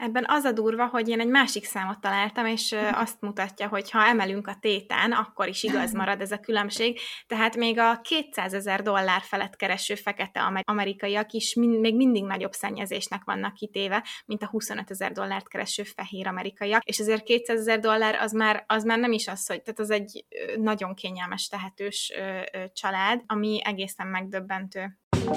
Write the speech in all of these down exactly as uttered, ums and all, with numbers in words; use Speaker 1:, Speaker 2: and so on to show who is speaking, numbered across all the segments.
Speaker 1: Ebben az a durva, hogy én egy másik számot találtam, és azt mutatja, hogy ha emelünk a tétán, akkor is igaz marad ez a különbség. Tehát még a kétszázezer dollár felett kereső fekete amerikaiak is mind, még mindig nagyobb szennyezésnek vannak kitéve, mint a huszonötezer dollárt kereső fehér amerikaiak. És azért kétszázezer dollár az már, az már nem is az, hogy tehát az egy nagyon kényelmes, tehetős család, ami egészen megdöbbentő.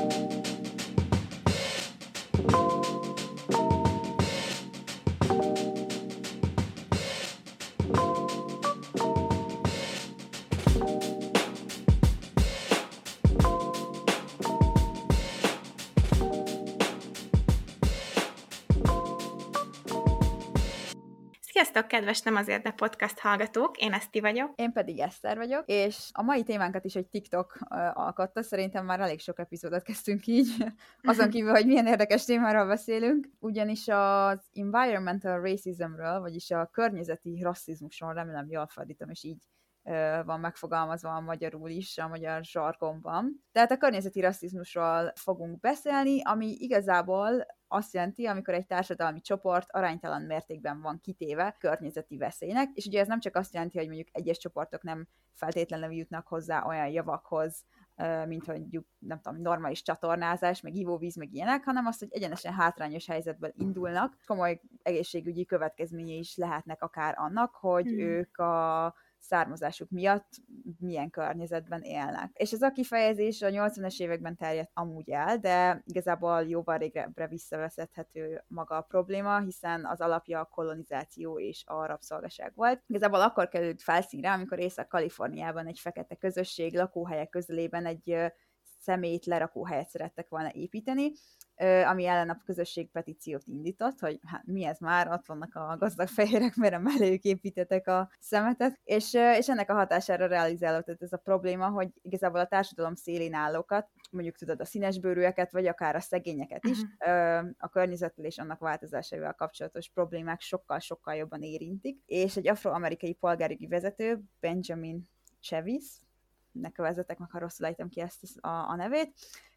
Speaker 1: Sziasztok, kedves Nem azért, de podcast hallgatók! Én Eszti vagyok.
Speaker 2: Én pedig Eszter vagyok, és a mai témánkat is egy TikTok uh, alkotta, szerintem már elég sok epizódot kezdtünk így, azon kívül, hogy milyen érdekes témáról beszélünk, ugyanis az environmental racismről, vagyis a környezeti rasszizmusról, remélem jól fordítom, és így uh, van megfogalmazva a magyarul is, a magyar zsargonban. Tehát a környezeti rasszizmusról fogunk beszélni, ami igazából azt jelenti, amikor egy társadalmi csoport aránytalan mértékben van kitéve környezeti veszélynek, és ugye ez nem csak azt jelenti, hogy mondjuk egyes csoportok nem feltétlenül jutnak hozzá olyan javakhoz, mint mondjuk, nem tudom, normális csatornázás, meg ivóvíz, meg ilyenek, hanem azt, hogy egyenesen hátrányos helyzetből indulnak. Komoly egészségügyi következményei is lehetnek akár annak, hogy hmm. ők a származásuk miatt milyen környezetben élnek. És ez a kifejezés a nyolcvanas években terjedt amúgy el, de igazából jóval régebbre visszavezethető maga a probléma, hiszen az alapja a kolonizáció és a rabszolgaság volt. Igazából akkor került felszínre, amikor Észak-Kaliforniában egy fekete közösség lakóhelyek közelében egy szemét lerakóhelyet szerettek volna építeni, ami ellen a közösség petíciót indított, hogy hát mi ez már, ott vannak a gazdag fehérek, mert melléjük építetek a szemetet, és, és ennek a hatására realizálódott ez a probléma, hogy igazából a társadalom szélén állókat, mondjuk tudod a színesbőrűeket, vagy akár a szegényeket is, uh-huh. a környezettel és annak változásaival kapcsolatos problémák sokkal-sokkal jobban érintik, és egy afroamerikai polgárjogi vezető, Benjamin Chavis, ne kövezzetek meg, ha rosszul ejtem ki ezt a, a nevét,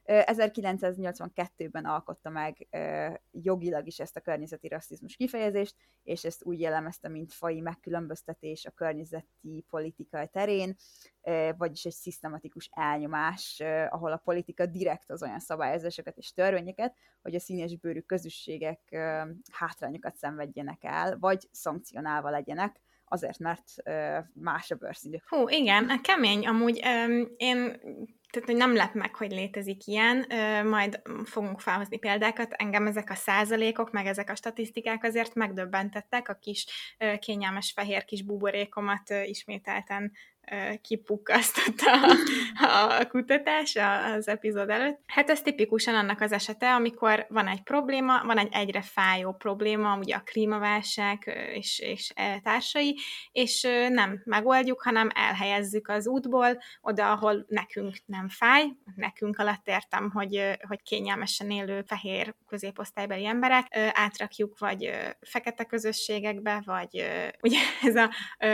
Speaker 2: ezerkilencszáznyolcvankettőben alkotta meg uh, jogilag is ezt a környezeti rasszizmus kifejezést, és ezt úgy jellemezte, mint faji megkülönböztetés a környezeti politika terén, uh, vagyis egy szisztematikus elnyomás, uh, ahol a politika direkt az olyan szabályozásokat és törvényeket, hogy a színesbőrű közösségek uh, hátrányokat szenvedjenek el, vagy szankcionálva legyenek, azért, mert uh, más a bőrszínük.
Speaker 1: Hú, igen, kemény. Amúgy um, én, tehát hogy nem lep meg, hogy létezik ilyen, uh, majd fogunk felhozni példákat. Engem ezek a százalékok, meg ezek a statisztikák azért megdöbbentettek, a kis uh, kényelmes fehér kis buborékomat uh, ismételten kipukkasztotta a, a kutatás az epizód előtt. Hát ez tipikusan annak az esete, amikor van egy probléma, van egy egyre fájó probléma, ugye a klímaválság és, és társai, és nem megoldjuk, hanem elhelyezzük az útból oda, ahol nekünk nem fáj, nekünk alatt értem, hogy, hogy kényelmesen élő fehér középosztálybeli emberek, átrakjuk vagy fekete közösségekbe, vagy ugye ez a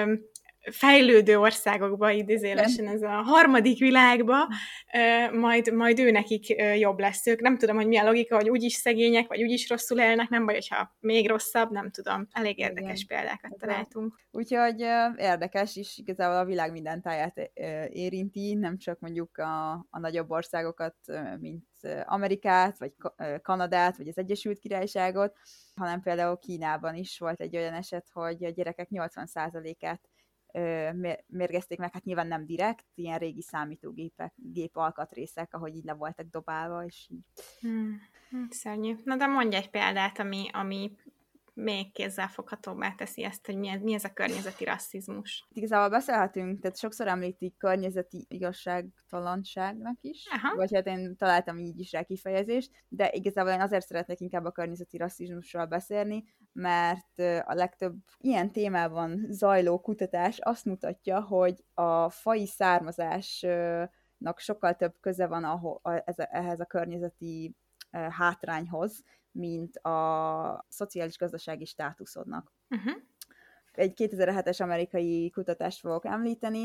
Speaker 1: fejlődő országokba, idézélesen ez a harmadik világba, majd, majd ő nekik jobb lesz. Ők nem tudom, hogy mi a logika, hogy úgyis szegények, vagy úgyis rosszul élnek, nem baj, hogyha még rosszabb, nem tudom. Elég érdekes igen. példákat találtunk.
Speaker 2: Úgyhogy érdekes, és igazából a világ minden táját érinti, nem csak mondjuk a, a nagyobb országokat, mint Amerikát, vagy Kanadát, vagy az Egyesült Királyságot, hanem például Kínában is volt egy olyan eset, hogy a gyerekek nyolcvan százalékát mérgezték meg, hát nyilván nem direkt, ilyen régi számítógépek, gép alkatrészek, ahogy így le voltak dobálva, és így.
Speaker 1: Hmm, szörnyű. Na de mondj egy példát, ami, ami még kézzelfoghatóbbá teszi ezt, hogy mi ez, mi ez a környezeti rasszizmus.
Speaker 2: Igazából beszélhetünk, tehát sokszor említik környezeti igazságtalanságnak is, aha. vagy hát én találtam így is rá kifejezést, de igazából én azért szeretnék inkább a környezeti rasszizmusról beszélni, mert a legtöbb ilyen témában zajló kutatás azt mutatja, hogy a faji származásnak sokkal több köze van ahol, ehhez a környezeti hátrányhoz, mint a szociális-gazdasági státuszodnak. Uh-huh. Egy kétezer-hetes amerikai kutatást fogok említeni,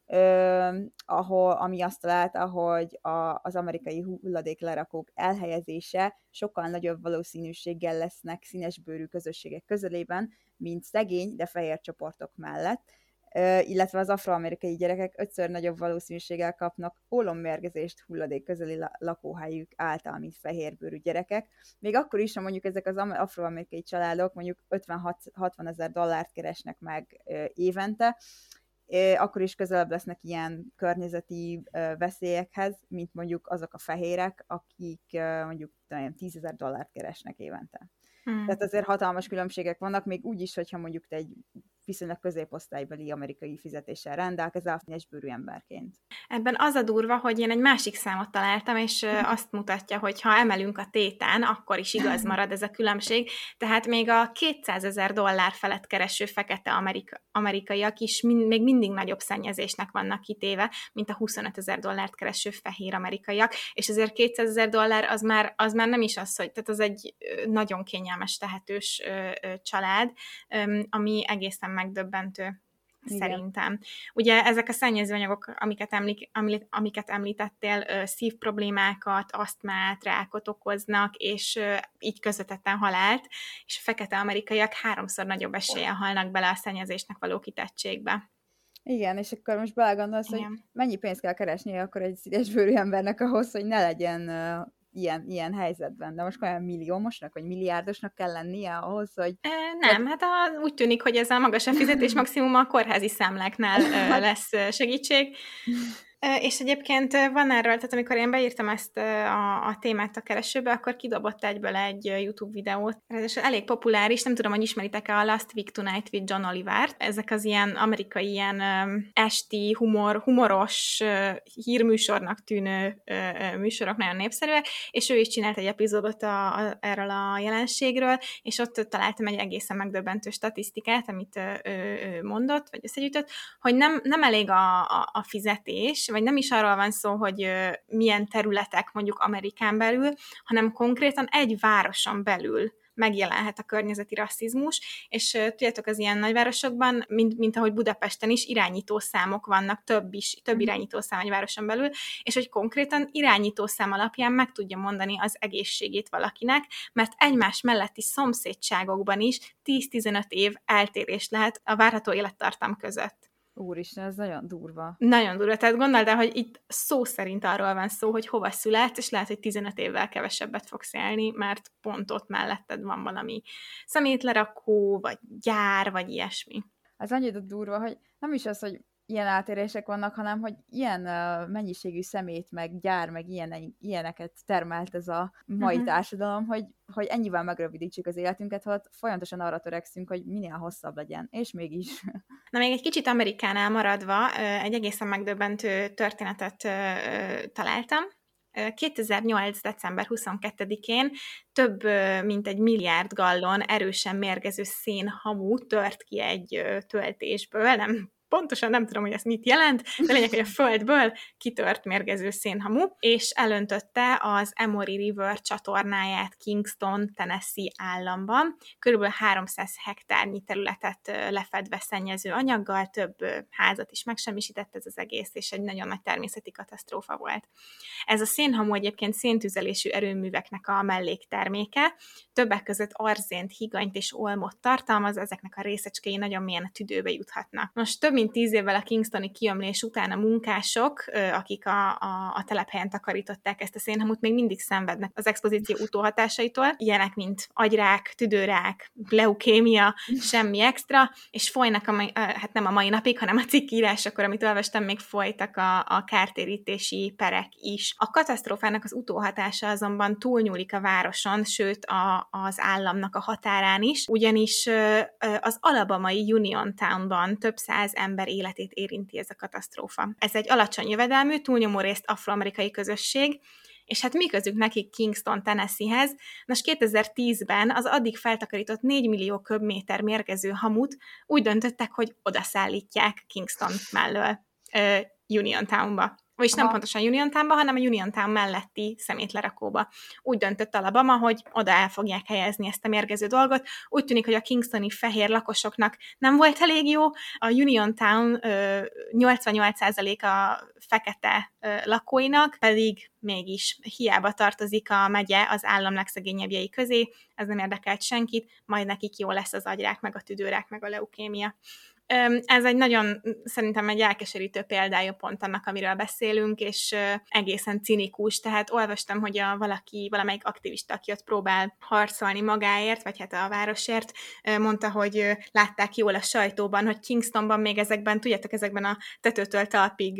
Speaker 2: Ö, ahol, ami azt találta, hogy a, az amerikai hulladéklerakók elhelyezése sokkal nagyobb valószínűséggel lesznek színesbőrű közösségek közelében, mint szegény, de fehér csoportok mellett, Ö, illetve az afroamerikai gyerekek ötször nagyobb valószínűséggel kapnak ólommérgezést hulladék közeli lakóhelyük által, mint fehérbőrű gyerekek. Még akkor is, ha mondjuk ezek az afroamerikai családok mondjuk ötven-hatvan ezer dollárt keresnek meg ö, évente, akkor is közelebb lesznek ilyen környezeti veszélyekhez, mint mondjuk azok a fehérek, akik mondjuk tízezer dollárt keresnek évente. Hmm. Tehát azért hatalmas különbségek vannak, még úgy is, hogyha mondjuk te egy viszonylag középosztálybeli amerikai fizetéssel rendelkezel, színesbőrű emberként.
Speaker 1: Ebben az a durva, hogy én egy másik számot találtam, és azt mutatja, hogy ha emelünk a tétán, akkor is igaz marad ez a különbség. Tehát még a kétszázezer dollár felett kereső fekete amerika, amerikaiak is mind, még mindig nagyobb szennyezésnek vannak kitéve, mint a huszonötezer dollárt kereső fehér amerikaiak, és azért kétszázezer dollár az már, az már nem is az, hogy tehát az egy nagyon kényelmes, tehetős család, ami egészen megdöbbentő. Igen. Szerintem. Ugye ezek a szennyezőanyagok, amiket, emlik, amiket említettél, szívproblémákat, asztmát, rákot okoznak, és így közvetetten halált, és a fekete amerikaiak háromszor nagyobb eséllyel halnak bele a szennyezésnek való kitettségbe.
Speaker 2: Igen, és akkor most belegondolsz, hogy mennyi pénzt kell keresnie akkor egy színesbőrű embernek ahhoz, hogy ne legyen uh, ilyen, ilyen helyzetben. De most olyan milliómosnak, vagy milliárdosnak kell lennie ahhoz, hogy...
Speaker 1: E, nem, hát a, úgy tűnik, hogy ez a magasabb fizetés maximum a kórházi számláknál uh, lesz segítség. És egyébként van erről, tehát amikor én beírtam ezt a, a témát a keresőbe, akkor kidobott egyből egy YouTube videót. Ez elég populáris, nem tudom, hogy ismeritek-e a Last Week Tonight with John Oliver. Ezek az ilyen amerikai ilyen esti, humor, humoros hírműsornak tűnő műsorok, nagyon népszerűek, és ő is csinált egy epizódot a, a, erről a jelenségről, és ott találtam egy egészen megdöbbentő statisztikát, amit ő, ő mondott, vagy összegyűjtött, hogy nem, nem elég a, a, a fizetés, vagy nem is arról van szó, hogy milyen területek mondjuk Amerikán belül, hanem konkrétan egy városon belül megjelenhet a környezeti rasszizmus, és tudjátok, az ilyen nagyvárosokban, mint, mint ahogy Budapesten is, irányítószámok vannak, több is, több irányítószám egy városon belül, és hogy konkrétan irányítószám alapján meg tudja mondani az egészségét valakinek, mert egymás melletti szomszédságokban is tíz-tizenöt év eltérés lehet a várható élettartam között.
Speaker 2: Úristen, ez nagyon durva.
Speaker 1: Nagyon durva. Tehát gondold el, hogy itt szó szerint arról van szó, hogy hova születsz, és lehet, hogy tizenöt évvel kevesebbet fogsz élni, mert pont ott melletted van valami szemétlerakó, vagy gyár, vagy ilyesmi.
Speaker 2: Ez annyira durva, hogy nem is az, hogy ilyen eltérések vannak, hanem hogy ilyen uh, mennyiségű szemét, meg gyár, meg ilyen, ilyeneket termelt ez a mai uh-huh. társadalom, hogy, hogy ennyivel megrövidítsük az életünket, hogy folyamatosan arra törekszünk, hogy minél hosszabb legyen, és mégis.
Speaker 1: Na még egy kicsit Amerikánál maradva, egy egészen megdöbbentő történetet találtam. kétezer-nyolc. december huszonkettedikén több mint egy milliárd gallon erősen mérgező szénhamu tört ki egy töltésből, nem pontosan nem tudom, hogy ez mit jelent, de lényeg, hogy a földből kitört mérgező szénhamu, és elöntötte az Emory River csatornáját Kingston, Tennessee államban, körülbelül háromszáz hektárnyi területet lefedve szennyező anyaggal, több házat is megsemmisített ez az egész, és egy nagyon nagy természeti katasztrófa volt. Ez a szénhamu egyébként széntüzelésű erőműveknek a mellékterméke, többek között arzént, higanyt és olmot tartalmaz, ezeknek a részecskéi nagyon mélyen a tüdőbe juthatnak. Most több mint tíz évvel a kingstoni kiömlés után a munkások, akik a, a, a telephelyen takarították ezt a szénhamut, még mindig szenvednek az expozíció utóhatásaitól, ilyenek, mint agyrák, tüdőrák, leukémia, semmi extra, és folynak, a mai, hát nem a mai napig, hanem a cikk írásakor, amit olvastam, még folytak a, a kártérítési perek is. A katasztrófának az utóhatása azonban túlnyúlik a városon, sőt a, az államnak a határán is, ugyanis az alabamai Uniontownban több száz ember életét érinti ez a katasztrófa. Ez egy alacsony jövedelmű, túlnyomó részt afroamerikai közösség, és hát mi közük nekik Kingston, Tennesseehez? Nos, kétezer-tízben az addig feltakarított négy millió köbméter mérgező hamut úgy döntöttek, hogy odaszállítják Kingston mellől uh, Uniontownba. vagyis nem pontosan Uniontownba, hanem a Uniontown melletti szemétlerakóba. Úgy döntött Alabama, hogy oda el fogják helyezni ezt a mérgező dolgot. Úgy tűnik, hogy a kingstoni fehér lakosoknak nem volt elég jó. A Uniontown nyolcvannyolc százaléka fekete lakóinak, pedig mégis hiába tartozik a megye az állam legszegényebbjei közé, ez nem érdekelt senkit, majd nekik jó lesz az agyrák, meg a tüdőrák, meg a leukémia. Ez egy nagyon, szerintem egy elkeserítő példája pont annak, amiről beszélünk, és egészen cinikus, tehát olvastam, hogy a valaki, valamelyik aktivista, aki ott próbál harcolni magáért, vagy hát a városért, mondta, hogy látták jól a sajtóban, hogy Kingstonban még ezekben, tudjátok, ezekben a tetőtől talpig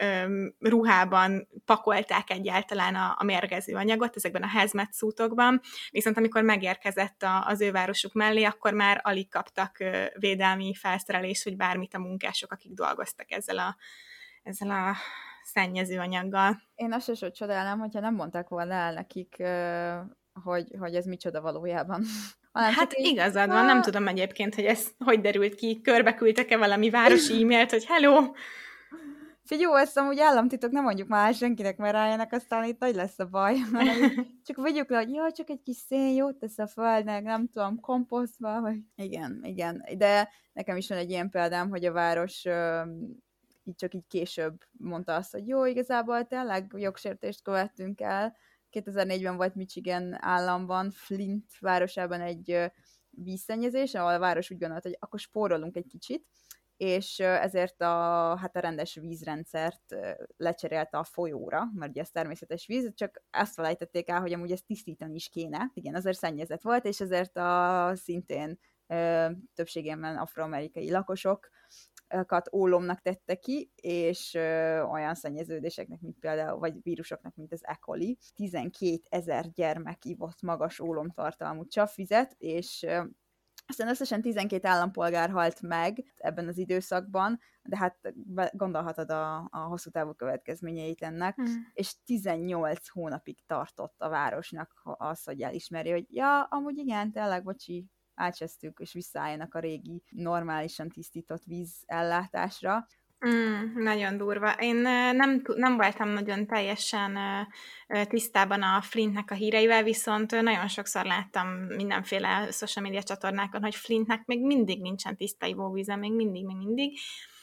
Speaker 1: ruhában pakolták egyáltalán a, a mérgező anyagot, ezekben a hazmat suitokban, viszont amikor megérkezett a, az ő városuk mellé, akkor már alig kaptak védelmi felszerelést, hogy bármit a munkások, akik dolgoztak ezzel a, ezzel a szennyező anyaggal.
Speaker 2: Én azt is, hogy csodálnám, hogyha nem mondták volna el nekik, hogy, hogy ez micsoda valójában.
Speaker 1: Hanem hát így, igazad van, nem tudom egyébként, hogy ez hogy derült ki, körbe küldtek-e valami városi e-mailt, hogy hello!
Speaker 2: Figyelj, ezt amúgy államtitok, nem mondjuk már senkinek, mert rájönnek, aztán itt nagy lesz a baj. Csak vegyük le, hogy jó, csak egy kis szén jót tesz a földnek, nem tudom, komposztba, vagy... Igen, igen. De nekem is van egy ilyen példám, hogy a város uh, így csak így később mondta azt, hogy jó, igazából tényleg jogsértést követtünk el. kétezer-négyben volt Michigan államban, Flint városában egy uh, vízszennyezés, ahol a város úgy gondolt, hogy akkor spórolunk egy kicsit, és ezért a, hát a rendes vízrendszert lecserélte a folyóra, mert ugye ez természetes víz, csak azt felejtették el, hogy amúgy ezt tisztítani is kéne. Igen, azért szennyezett volt, és ezért a szintén ö, többségében afroamerikai lakosokat ólomnak tette ki, és ö, olyan szennyeződéseknek, mint például, vagy vírusoknak, mint az E. coli. tizenkétezer gyermek ivott magas ólomtartalmú csapvizet, és ö, aztán összesen tizenkét állampolgár halt meg ebben az időszakban, de hát gondolhatod a, a hosszú távú következményeit ennek, mm. és tizennyolc hónapig tartott a városnak az, hogy elismerje, hogy ja, amúgy igen, tényleg, bocsi, átcsesztük, és visszaálljanak a régi, normálisan tisztított vízellátásra.
Speaker 1: Mm, nagyon durva. Én nem, nem voltam nagyon teljesen tisztában a Flintnek a híreivel, viszont nagyon sokszor láttam mindenféle social media csatornákon, hogy Flintnek még mindig nincsen tiszta ivóvíze, még mindig, még mindig.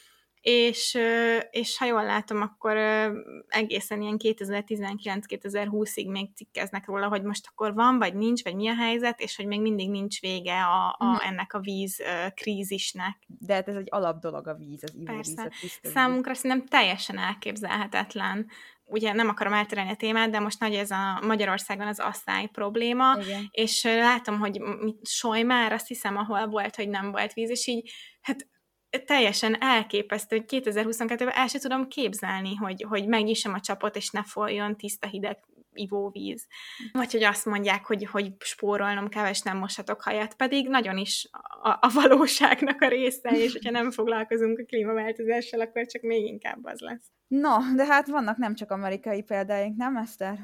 Speaker 1: És, és ha jól látom, akkor egészen ilyen kétezer-tizenkilenc-kétezer-húszig még cikkeznek róla, hogy most akkor van, vagy nincs, vagy mi a helyzet, és hogy még mindig nincs vége a, a, mm. ennek a víz krízisnek.
Speaker 2: De hát ez egy alap dolog a víz, az ivóvíz.
Speaker 1: Persze. Számunkra szerintem teljesen elképzelhetetlen. Ugye nem akarom elterelni a témát, de most nagy ez a Magyarországon az asszály probléma, igen. És látom, hogy Solymár, azt hiszem, ahol volt, hogy nem volt víz, és így, hát teljesen elképesztő, hogy kétezer-huszonkettőben el sem tudom képzelni, hogy, hogy megnyissam a csapot, és ne folyjon tiszta hideg ivóvíz. Vagy hogy azt mondják, hogy, hogy spórolnom kell, és nem moshatok hajat, pedig nagyon is a, a valóságnak a része, és hogyha nem foglalkozunk a klímaváltozással, akkor csak még inkább az lesz.
Speaker 2: No, de hát vannak nem csak amerikai példáink, nem, Eszter?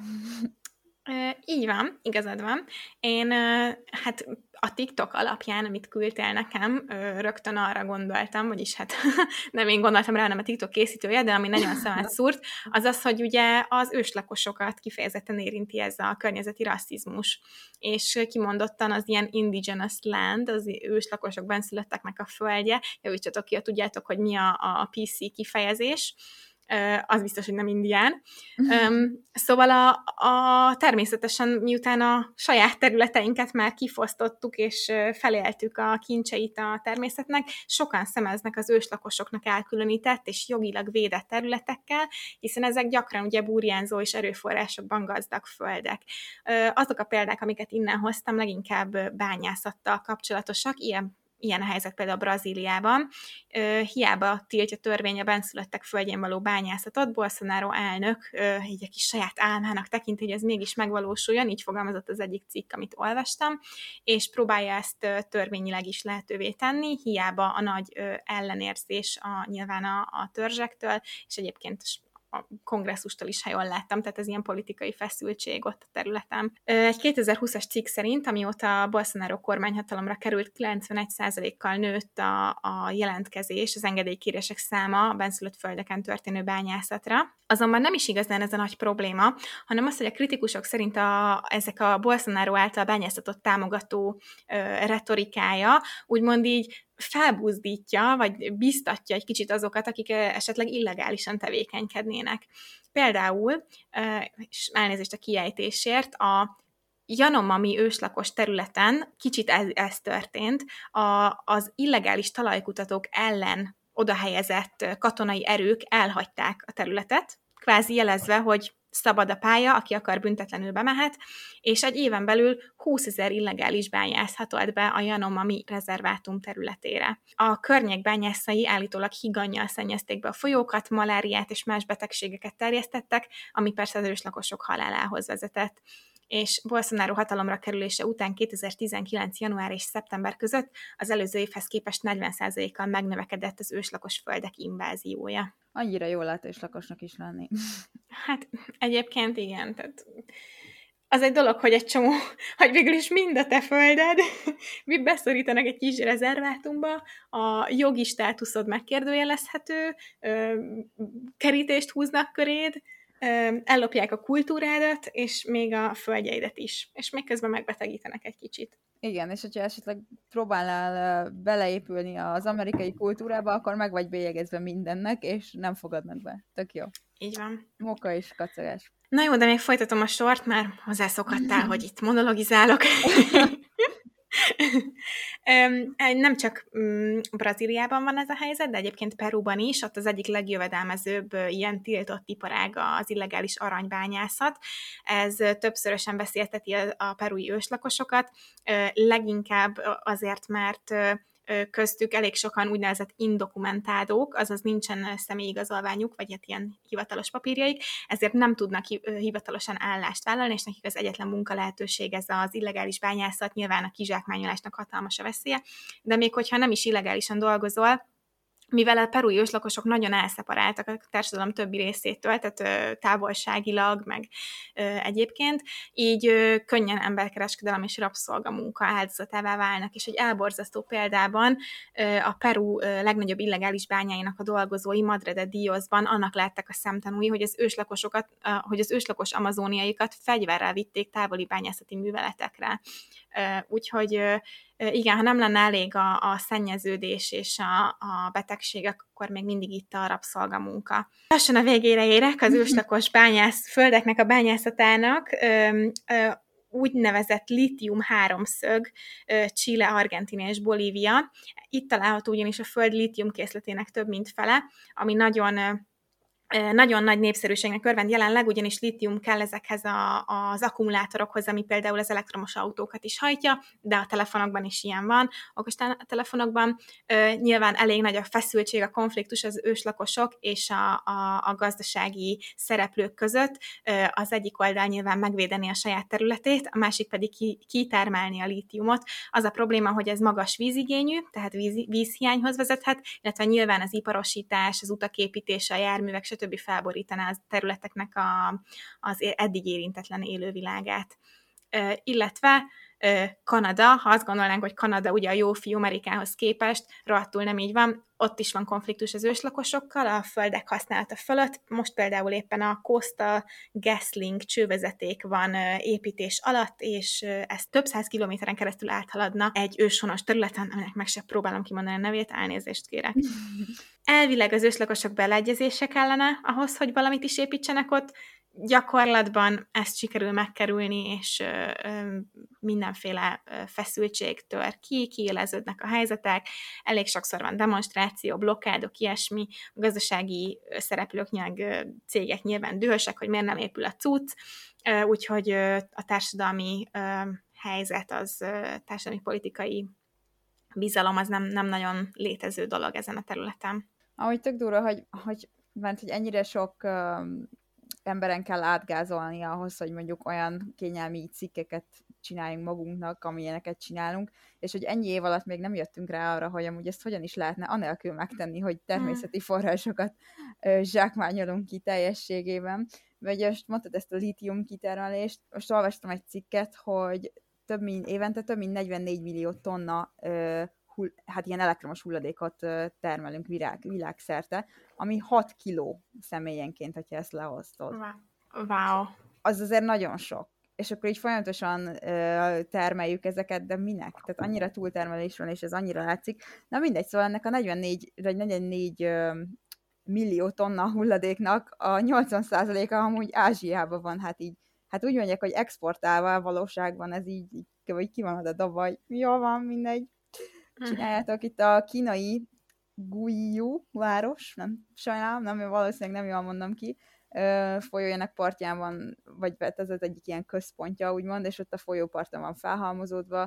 Speaker 1: E, így van, igazad van. Én e, hát a TikTok alapján, amit küldtél nekem, rögtön arra gondoltam, vagyis hát nem én gondoltam rá, hanem a TikTok készítője, de ami nagyon szemet szúrt, az az, hogy ugye az őslakosokat kifejezetten érinti ez a környezeti rasszizmus. És kimondottan az ilyen indigenous land, az őslakosok benszülötteknek a földje, javítsatok ki, ha tudjátok, hogy mi a, a pé cé kifejezés, az biztos, hogy nem indián. Um, szóval a, a, természetesen miután a saját területeinket már kifosztottuk, és feléltük a kincseit a természetnek, sokan szemeznek az őslakosoknak elkülönített és jogilag védett területekkel, hiszen ezek gyakran ugye burjánzó és erőforrásokban gazdag földek. Azok a példák, amiket innen hoztam, leginkább bányászattal kapcsolatosak, ilyen Ilyen a helyzet például Brazíliában. Hiába tiltja törvény a benszülöttek földjén való bányászatot, Bolsonaro elnök így a kis saját álmának tekint, hogy ez mégis megvalósuljon, így fogalmazott az egyik cikk, amit olvastam, és próbálja ezt törvényileg is lehetővé tenni, hiába a nagy ellenérzés a, nyilván a, a törzsektől, és egyébként a kongresszustól is, ha jól láttam, tehát ez ilyen politikai feszültség ott a területen. Egy kétezer-húszas cikk szerint, amióta a Bolsonaro kormányhatalomra került, kilencvenegy százalékkal nőtt a, a jelentkezés, az engedélykérések száma a benszülött földeken történő bányászatra. Azonban nem is igazán ez a nagy probléma, hanem az, hogy a kritikusok szerint a, ezek a Bolsonaro által bányászatot támogató ö, retorikája úgymond így felbuzdítja, vagy biztatja egy kicsit azokat, akik esetleg illegálisan tevékenykednének. Például, és elnézést a kiejtésért, a Yanomami őslakos területen kicsit ez, ez történt, a, az illegális talajkutatók ellen odahelyezett katonai erők elhagyták a területet, kvázi jelezve, hogy szabad a pálya, aki akar büntetlenül bemehet, és egy éven belül húszezer illegális bányász hatolt be a Yanomami rezervátum területére. A környék bányászai állítólag higannyal szennyezték be a folyókat, maláriát és más betegségeket terjesztettek, ami persze az őslakosok halálához vezetett. És Bolsonaro hatalomra kerülése után kétezer-tizenkilenc. január és szeptember között az előző évhez képest negyven százalékkal megnövekedett az őslakos földek inváziója.
Speaker 2: Annyira jól lehet őslakosnak is lenni.
Speaker 1: Hát egyébként igen, tehát az egy dolog, hogy egy csomó, hogy végül is mind a te földed, mi beszorítanak egy kis rezervátumba, a jogi státuszod megkérdőjelezhető, kerítést húznak köréd, ellopják a kultúrádat, és még a földjeidet is. És még közben megbetegítenek egy kicsit.
Speaker 2: Igen, és hogyha esetleg próbálnál beleépülni az amerikai kultúrába, akkor meg vagy bélyegezve mindennek, és nem fogadnak be. Tök jó.
Speaker 1: Így van.
Speaker 2: Moka és kacagás.
Speaker 1: Na jó, de még folytatom a sort, már hozzászokhattál, hogy itt monologizálok. Nem csak Brazíliában van ez a helyzet, de egyébként Perúban is, ott az egyik legjövedelmezőbb ilyen tiltott iparága az illegális aranybányászat. Ez többszörösen veszélyezteti a perui őslakosokat, leginkább azért, mert köztük elég sokan úgynevezett indokumentádók, azaz nincsen személyigazolványuk, vagy hát ilyen hivatalos papírjaik, ezért nem tudnak hivatalosan állást vállalni, és nekik az egyetlen munka lehetőség ez az illegális bányászat, nyilván a kizsákmányolásnak hatalmas a veszélye, de még hogyha nem is illegálisan dolgozol, mivel a perui őslakosok nagyon elszeparáltak a társadalom többi részétől, tehát távolságilag, meg egyébként, így könnyen emberkereskedelem és rabszolgamunka áldozatává válnak, és egy elborzasztó példában a Peru legnagyobb illegális bányáinak a dolgozói Madre de Diosban annak láttak a szemtanúi, hogy az őslakosokat, hogy az őslakos amazóniaikat fegyverrel vitték távoli bányászati műveletekre. Úgyhogy igen, ha nem lenne elég a, a szennyeződés és a, a betegségek, akkor még mindig itt a rabszolgamunka. Lassan a végére érek az őslakos bányász, földeknek a bányászatának, ö, ö, úgynevezett lítium háromszög, Chile, Argentína és Bolívia. Itt található ugyanis a föld lítiumkészletének több mint fele, ami nagyon nagyon nagy népszerűségnek örvend jelenleg, ugyanis lítium kell ezekhez a, az akkumulátorokhoz, ami például az elektromos autókat is hajtja, de a telefonokban is ilyen van. Okos telefonokban nyilván elég nagy a feszültség, a konfliktus az őslakosok és a, a, a gazdasági szereplők között. Az egyik oldal nyilván megvédeni a saját területét, a másik pedig ki, kitermelni a lítiumot. Az a probléma, hogy ez magas vízigényű, tehát víz, vízhiányhoz vezethet, illetve nyilván az iparosítás, az utak építése, a járművek, stb. Felborítaná a területeknek a, az eddig érintetlen élővilágát. E, illetve e, Kanada, ha azt gondolnánk, hogy Kanada ugye a jó fiú Amerikához képest, rohadtul nem így van, ott is van konfliktus az őslakosokkal, a földek használata fölött. Most például éppen a Coastal GasLink csővezeték van építés alatt, és ez több száz kilométeren keresztül áthaladna egy őshonos területen, aminek meg sem próbálom kimondani a nevét, elnézést kérek. Elvileg az őslakosok beleegyezése kellene ahhoz, hogy valamit is építsenek ott, gyakorlatban ezt sikerül megkerülni, és ö, ö, mindenféle feszültség tör ki, kiéleződnek a helyzetek, elég sokszor van demonstráció, blokkádok, ilyesmi, a gazdasági szereplők, nyilván, cégek nyilván dühösek, hogy miért nem épül a cucc, úgyhogy a társadalmi helyzet, az társadalmi politikai bizalom, az nem, nem nagyon létező dolog ezen a területen.
Speaker 2: Ahogy tök durva, hogy, hogy, mert, hogy ennyire sok um, emberen kell átgázolni ahhoz, hogy mondjuk olyan kényelmi cikkeket csináljunk magunknak, amilyeneket csinálunk, és hogy ennyi év alatt még nem jöttünk rá arra, hogy amúgy ezt hogyan is lehetne anélkül megtenni, hogy természeti forrásokat ö, zsákmányolunk ki teljességében. Vagy most mondtad ezt a lítium kitermelést, most olvastam egy cikket, hogy több mint, évente több mint negyvennégy millió tonna ö, hull, hát ilyen elektromos hulladékot ö, termelünk világ, világszerte, ami hat kiló személyenként, hogyha ezt leosztod.
Speaker 1: Wow.
Speaker 2: Az azért nagyon sok. És akkor így folyamatosan ö, termeljük ezeket, de minek? Tehát annyira túltermelés van, és ez annyira látszik. Na mindegy, szóval ennek a negyvennégy, vagy negyvennégy ö, millió tonna hulladéknak a nyolcvan százaléka amúgy Ázsiában van, hát így, hát úgy mondják, hogy exportálva a valóságban, ez így, így vagy ki van oda dobva, hogy jól van, mindegy. Csináljátok itt a kínai Guiyou város, nem, sajnálom, nem, valószínűleg nem jól mondom ki, folyójának partján van, vagy ez az egyik ilyen központja, úgymond, és ott a folyóparton van felhalmozódva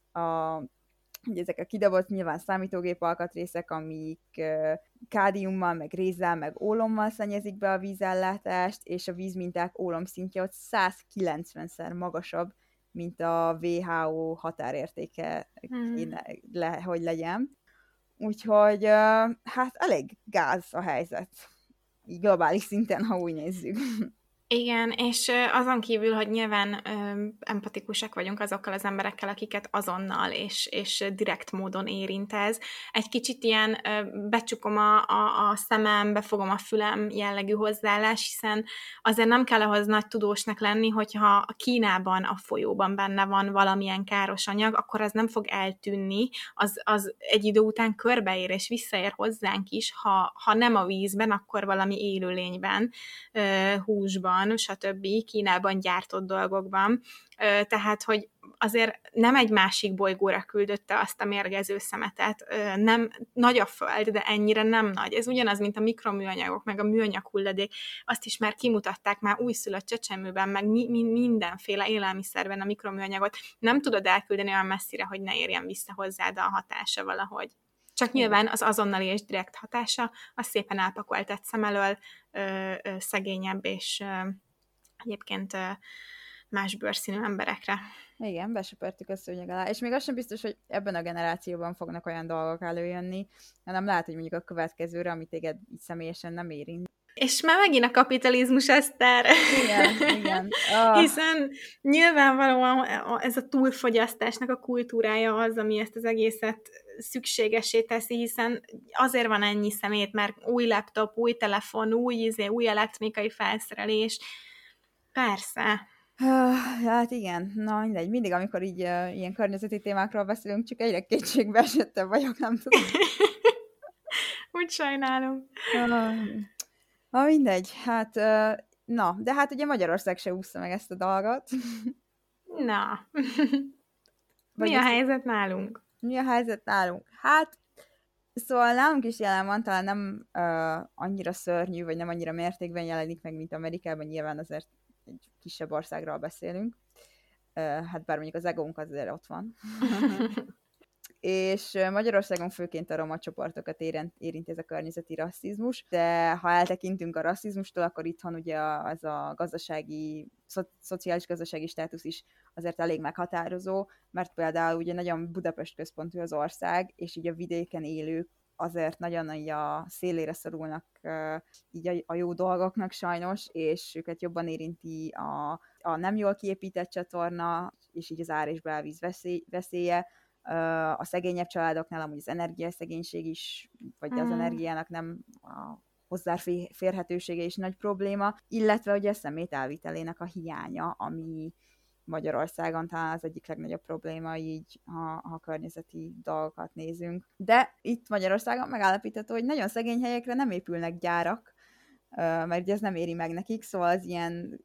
Speaker 2: a, ugye ezek a kidobott nyilván számítógép alkatrészek, amik uh, kádiummal, meg rézzel, meg ólommal szennyezik be a vízellátást, és a vízminták ólomszintje ott száz kilencvenszer magasabb, mint a dupla vé há ó határértéke hmm. kéne, le, hogy legyen. Úgyhogy uh, hát elég gáz a helyzet. Így globális szinten, ha úgy nézzük.
Speaker 1: Igen, és azon kívül, hogy nyilván ö, empatikusak vagyunk azokkal az emberekkel, akiket azonnal és, és direkt módon érint ez. Egy kicsit ilyen ö, becsukom a, a, a szemem, befogom a fülem jellegű hozzáállás, hiszen azért nem kell ahhoz nagy tudósnak lenni, hogyha a Kínában a folyóban benne van valamilyen káros anyag, akkor az nem fog eltűnni, az, az egy idő után körbeér és visszaér hozzánk is, ha, ha nem a vízben, akkor valami élőlényben, ö, húsban, stb. Kínában gyártott dolgokban. Tehát, hogy azért nem egy másik bolygóra küldötte azt a mérgező szemetet. Nem, nagy a Föld, de ennyire nem nagy. Ez ugyanaz, mint a mikroműanyagok, meg a műanyag hulladék. Azt is már kimutatták már újszülött csecsemőben, meg mi, mi, mindenféle élelmiszerben a mikroműanyagot. Nem tudod elküldeni olyan messzire, hogy ne érjen vissza hozzád a hatása valahogy. Csak nyilván az azonnali és direkt hatása, az szépen elpakoltett szem elől, ö, ö, szegényebb és ö, egyébként ö, más bőrszínű emberekre.
Speaker 2: Igen, besöpörtük a szőnyeg alá. És még az sem biztos, hogy ebben a generációban fognak olyan dolgok előjönni, hanem lehet, hogy mondjuk a következőre, amit téged így személyesen nem érint.
Speaker 1: És már megint a kapitalizmus, Eszter.
Speaker 2: Igen, igen. Oh.
Speaker 1: Hiszen nyilvánvalóan ez a túlfogyasztásnak a kultúrája az, ami ezt az egészet szükségesé teszi, hiszen azért van ennyi szemét, mert új laptop, új telefon, új, izé, új elektronikai felszerelés. Persze.
Speaker 2: Hát igen, na mindegy, mindig, amikor így uh, ilyen környezeti témákról beszélünk, csak egyre kétségbe esettebb vagyok, nem tudom.
Speaker 1: Úgy sajnálom.
Speaker 2: Uh, na mindegy, hát uh, na, de hát ugye Magyarország se úszta meg ezt a dolgot.
Speaker 1: Na. Mi a helyzet nálunk?
Speaker 2: Mi a helyzet nálunk? Hát, szóval nálunk is jelen van, talán nem uh, annyira szörnyű, vagy nem annyira mértékben jelenik meg, mint Amerikában, nyilván azért egy kisebb országról beszélünk. Uh, hát bár mondjuk az egónk azért ott van. És Magyarországon főként a roma csoportokat érint, érinti ez a környezeti rasszizmus, de ha eltekintünk a rasszizmustól, akkor itthon ugye az a gazdasági, szo- szociális-gazdasági státusz is azért elég meghatározó, mert például ugye nagyon Budapest központú az ország, és így a vidéken élők azért nagyon így a szélére szorulnak így a, a jó dolgoknak sajnos, és őket jobban érinti a, a nem jól kiépített csatorna, és így az ár- és belvíz veszély, veszélye. A szegényebb családoknál amúgy az energiaszegénység is, vagy az energiának nem a hozzáférhetősége is nagy probléma, illetve ugye a szemét elvitelének a hiánya, ami Magyarországon talán az egyik legnagyobb probléma, így ha, ha környezeti dolgokat nézünk. De itt Magyarországon megállapítható, hogy nagyon szegény helyekre nem épülnek gyárak, mert ugye ez nem éri meg nekik, szóval az ilyen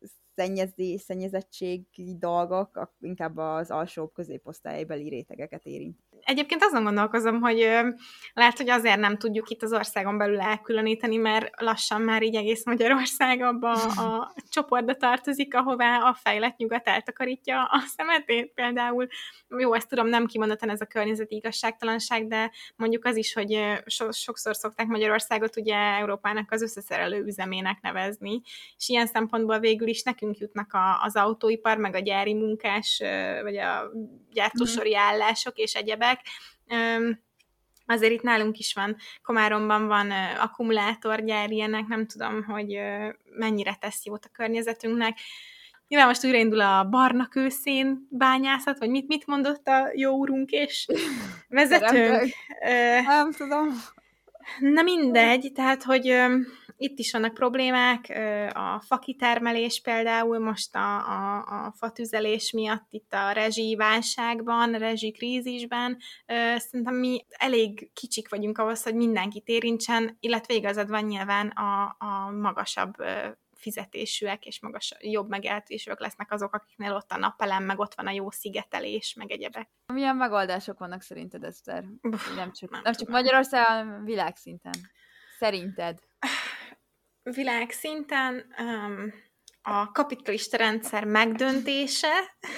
Speaker 2: szennyezés, szennyezettségi dolgok inkább az alsóbb középosztálybeli rétegeket érint.
Speaker 1: egyébként azon gondolkozom, hogy lehet, hogy azért nem tudjuk itt az országon belül elkülöníteni, mert lassan már így egész Magyarország abba a csoportba tartozik, ahová a fejlett nyugat eltakarítja a szemetét például. Jó, ezt tudom, nem kimondottan ez a környezeti igazságtalanság, de mondjuk az is, hogy so- sokszor szokták Magyarországot ugye Európának az összeszerelő üzemének nevezni, és ilyen szempontból végül is nekünk jutnak a, az autóipar, meg a gyári munkás, vagy a gyártósori állások és egyebek. Azért itt nálunk is van, Komáromban van akkumulátorgyár, ilyenek, nem tudom, hogy mennyire tesz jót a környezetünknek. Nyilván most újraindul a barna kőszén bányászat, vagy mit, mit mondott a jó úrunk és vezetőnk?
Speaker 2: Nem tudom.
Speaker 1: Na mindegy, tehát, hogy ö, itt is vannak problémák, ö, a fakitermelés például most a, a, a fatüzelés miatt itt a rezsiválságban, a rezsikrízisben, ö, szerintem mi elég kicsik vagyunk ahhoz, hogy mindenkit érintsen, illetve igazad van nyilván a, a magasabb ö, fizetésűek és magas, jobb megélhetésűek lesznek azok, akiknél ott a napelem, meg ott van a jó szigetelés, meg egyebek.
Speaker 2: Milyen megoldások vannak szerinted, Eszter?
Speaker 1: Uf,
Speaker 2: nem csak,
Speaker 1: nem
Speaker 2: nem csak
Speaker 1: tudom.
Speaker 2: Magyarországon, világszinten. Szerinted?
Speaker 1: Világszinten um, a kapitalista rendszer megdöntése,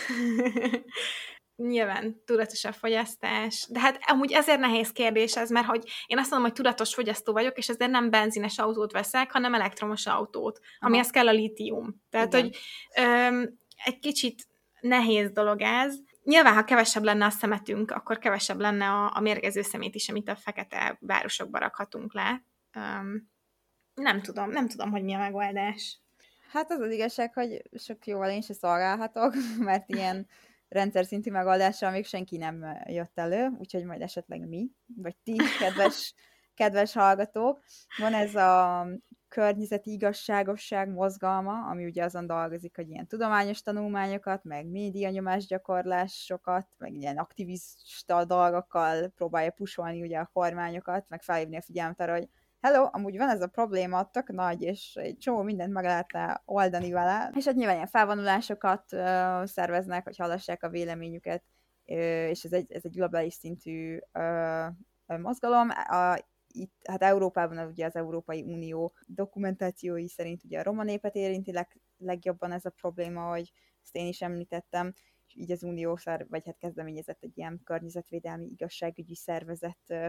Speaker 1: nyilván tudatosabb fogyasztás, de hát amúgy ezért nehéz kérdés ez, mert hogy én azt mondom, hogy tudatos fogyasztó vagyok, és ezért nem benzines autót veszek, hanem elektromos autót, amihez kell a lítium. Tehát, igen. hogy öm, egy kicsit nehéz dolog ez. Nyilván, ha kevesebb lenne a szemetünk, akkor kevesebb lenne a, a mérgező szemét is, amit a fekete városokba rakhatunk le. Öm, nem tudom, nem tudom, hogy mi a megoldás.
Speaker 2: Hát az az igazság, hogy sok jóval én se szolgálhatok, mert ilyen rendszer szintű megoldással még senki nem jött elő, úgyhogy majd esetleg mi, vagy ti, kedves, kedves hallgatók. Van ez a környezeti igazságosság mozgalma, ami ugye azon dolgozik, hogy ilyen tudományos tanulmányokat, meg médianyomás gyakorlásokat, meg ilyen aktivista dolgokkal próbálja pusolni ugye a kormányokat, meg felhívni a figyelmet arra, hogy hello, amúgy van ez a probléma, tök nagy, és egy csomó mindent meg lehetne oldani vele. És hát nyilván ilyen felvonulásokat ö, szerveznek, hogy hallassák a véleményüket, ö, és ez egy, ez egy globális szintű ö, ö, mozgalom. A, itt, hát Európában ugye az Európai Unió dokumentációi szerint ugye a roma népet érinti leg, legjobban ez a probléma, hogy ezt én is említettem, és így az Unió szer, vagy hát kezdeményezett egy ilyen környezetvédelmi igazságügyi szervezet, ö,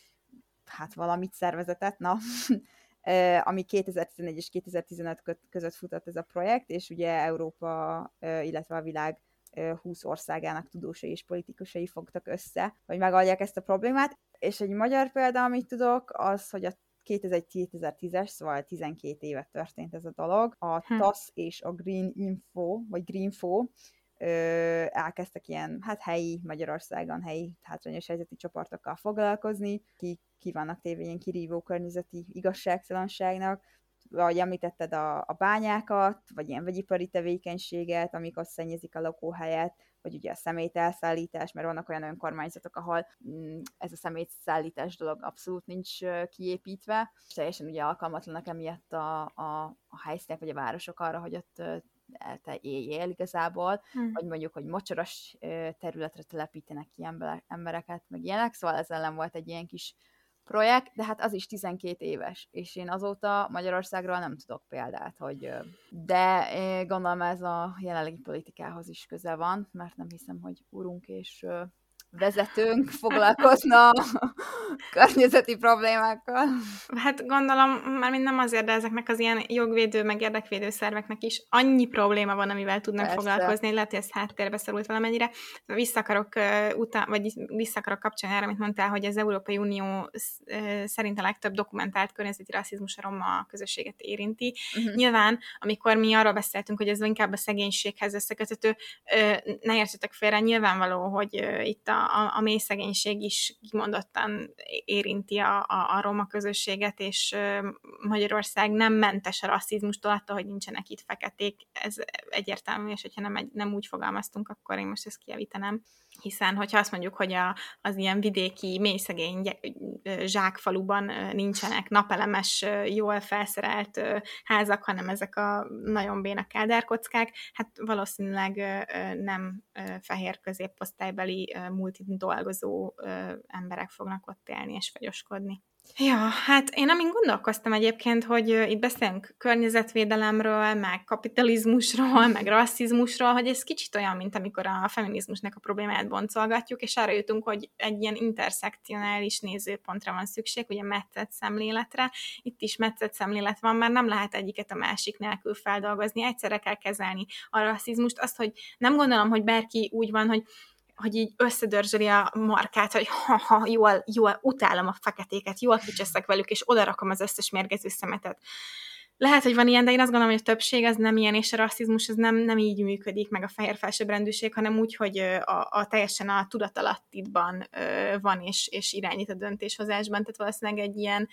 Speaker 2: hát valamit szervezetet, na, ami kétezer-tizenegy és kétezer-tizenöt között futott ez a projekt, és ugye Európa, illetve a világ húsz országának tudósai és politikusai fogtak össze, hogy megoldják ezt a problémát. És egy magyar példa, amit tudok, az, hogy a kétezer-tízes, szóval tizenkét éve történt ez a dolog. A hm. TASZ és a Green Info, vagy Greenfo elkezdtek ilyen, hát helyi, Magyarországon helyi hátrányos helyzeti csoportokkal foglalkozni, ki, ki vannak téve ilyen kirívó környezeti igazságtalanságnak, ahogy említetted a, a bányákat, vagy ilyen vegyipari tevékenységet, amik azt szennyezik a lakóhelyet, vagy ugye a szemételszállítás, mert vannak olyan önkormányzatok, ahol mm, ez a szemétszállítás dolog abszolút nincs kiépítve, és teljesen ugye alkalmatlanak emiatt a, a, a helyszínek, vagy a városok arra, hogy ott te éljél igazából, hmm. vagy mondjuk, hogy mocsaras területre telepítenek ki embereket, meg ilyenek, szóval ez ellen volt egy ilyen kis projekt, de hát az is tizenkét éves, és én azóta Magyarországról nem tudok példát, hogy de gondolom ez a jelenlegi politikához is köze van, mert nem hiszem, hogy urunk és vezetőnk foglalkozna környezeti problémákkal.
Speaker 1: Hát gondolom, már nem azért, de ezeknek az ilyen jogvédő, meg érdekvédő szerveknek is annyi probléma van, amivel tudnak Persze. foglalkozni, lehet, hogy ez háttérbe szorult valamennyire. Vissza akarok, uh, után, vagy vissza akarok kapcsolni arra, amit mondtál, hogy az Európai Unió uh, szerint a legtöbb dokumentált környezeti rasszizmus a roma közösséget érinti. Uh-huh. Nyilván, amikor mi arról beszéltünk, hogy ez inkább a szegénységhez összeköthető, uh, ne értsetek félre, nyilvánvaló, hogy uh, itt a A, a mély szegénység is kimondottan érinti a, a, a roma közösséget, és Magyarország nem mentes a rasszizmustól attól, hogy nincsenek itt feketék. Ez egyértelmű, és hogyha nem, nem úgy fogalmaztunk, akkor én most ezt kijavítanám. Hiszen, hogyha azt mondjuk, hogy a, az ilyen vidéki, mélyszegény zsákfaluban nincsenek napelemes, jól felszerelt házak, hanem ezek a nagyon béna kádárkockák, hát valószínűleg nem fehér középosztálybeli multin dolgozó emberek fognak ott élni és fagyoskodni. Ja, hát én amin gondolkoztam egyébként, hogy itt beszélünk környezetvédelemről, meg kapitalizmusról, meg rasszizmusról, hogy ez kicsit olyan, mint amikor a feminizmusnak a problémáját boncolgatjuk, és arra jutunk, hogy egy ilyen interszekcionális nézőpontra van szükség, ugye metszett szemléletre. Itt is metszett szemlélet van, már nem lehet egyiket a másik nélkül feldolgozni, egyszerre kell kezelni a rasszizmust. Azt, hogy nem gondolom, hogy bárki úgy van, hogy hogy így összedörzsöli a markát, hogy ha-ha, jól, jól utálom a feketéket, jól kicseszek velük, és odarakom az összes mérgező szemetet. Lehet, hogy van ilyen, de én azt gondolom, hogy a többség az nem ilyen, és a rasszizmus az nem, nem így működik, meg a fehér felsőbbrendűség, hanem úgy, hogy a, a teljesen a tudatalattidban van, és, és irányít a döntéshozásban, tehát valószínűleg egy ilyen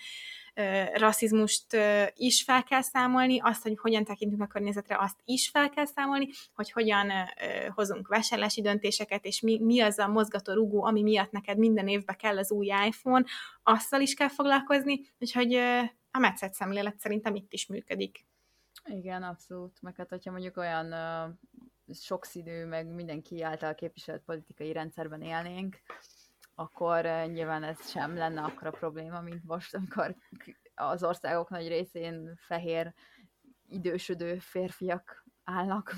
Speaker 1: rasszizmust is fel kell számolni, azt, hogy hogyan tekintünk a környezetre, azt is fel kell számolni, hogy hogyan hozunk vásárlási döntéseket, és mi, mi az a mozgató rugó, ami miatt neked minden évben kell az új iPhone, azzal is kell foglalkozni, úgyhogy a metszett szemlélet szerintem itt is működik.
Speaker 2: Igen, abszolút. Meg hát, hogyha mondjuk olyan uh, sokszínű, meg mindenki által képviselt politikai rendszerben élnénk, akkor uh, nyilván ez sem lenne akkora probléma, mint most, amikor az országok nagy részén fehér, idősödő férfiak állnak.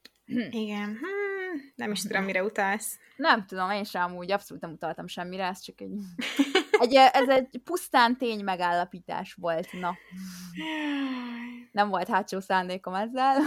Speaker 1: Igen. Hmm, nem is tudom, mire utalsz.
Speaker 2: Nem tudom, én sem amúgy abszolút nem utaltam semmire, ez csak egy... egy ez egy pusztán tény megállapítás volt, na. Nem volt hátsó szándékom ezzel.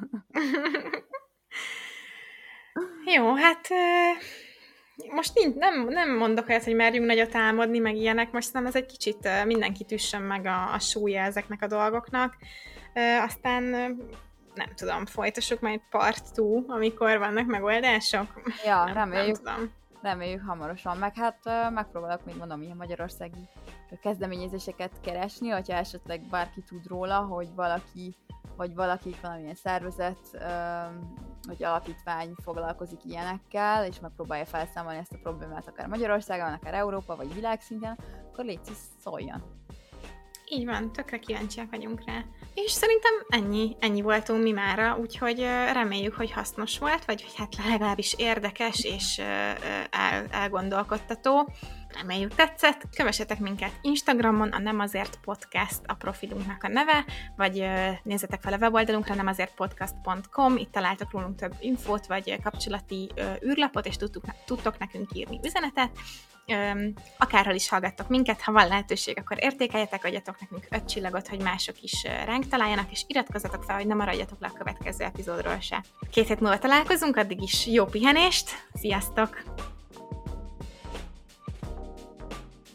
Speaker 1: Jó, hát... Most nincs, nem, nem mondok olyat, hogy merjünk nagyot álmodni, meg ilyenek, most nem ez egy kicsit mindenkit üssön meg a, a súlya ezeknek a dolgoknak. Aztán nem tudom, folytassuk majd part kettő, amikor vannak megoldások.
Speaker 2: Ja,
Speaker 1: nem,
Speaker 2: reméljük,
Speaker 1: nem
Speaker 2: reméljük hamarosan, meg hát megpróbálok, mint mondom, ilyen magyarországi kezdeményezéseket keresni, hogyha esetleg bárki tud róla, hogy valaki, vagy valaki valamilyen szervezet, vagy alapítvány foglalkozik ilyenekkel, és megpróbálja felszámolni ezt a problémát akár Magyarországon, akár Európa, vagy világszinten, akkor légy szóljon.
Speaker 1: Így van, tökre kíváncsiak vagyunk rá. És szerintem ennyi, ennyi voltunk mi mára, úgyhogy reméljük, hogy hasznos volt, vagy hogy hát legalábbis érdekes és el, elgondolkodtató. Reméljük tetszett. Kövessetek minket Instagramon, a Nem Azért Podcast a profilunknak a neve, vagy nézzetek fel a weboldalunkra, nem azért podcast pont com, itt találtok rólunk több infót, vagy kapcsolati űrlapot, és tudtuk, tudtok nekünk írni üzenetet. Akárhol is hallgattok minket, ha van lehetőség, akkor értékeljetek, adjatok nekünk öt csillagot, hogy mások is ránk találjanak, és iratkozzatok fel, hogy ne maradjatok le a következő epizódról se. Két hét múlva találkozunk, addig is jó pihenést, sziasztok!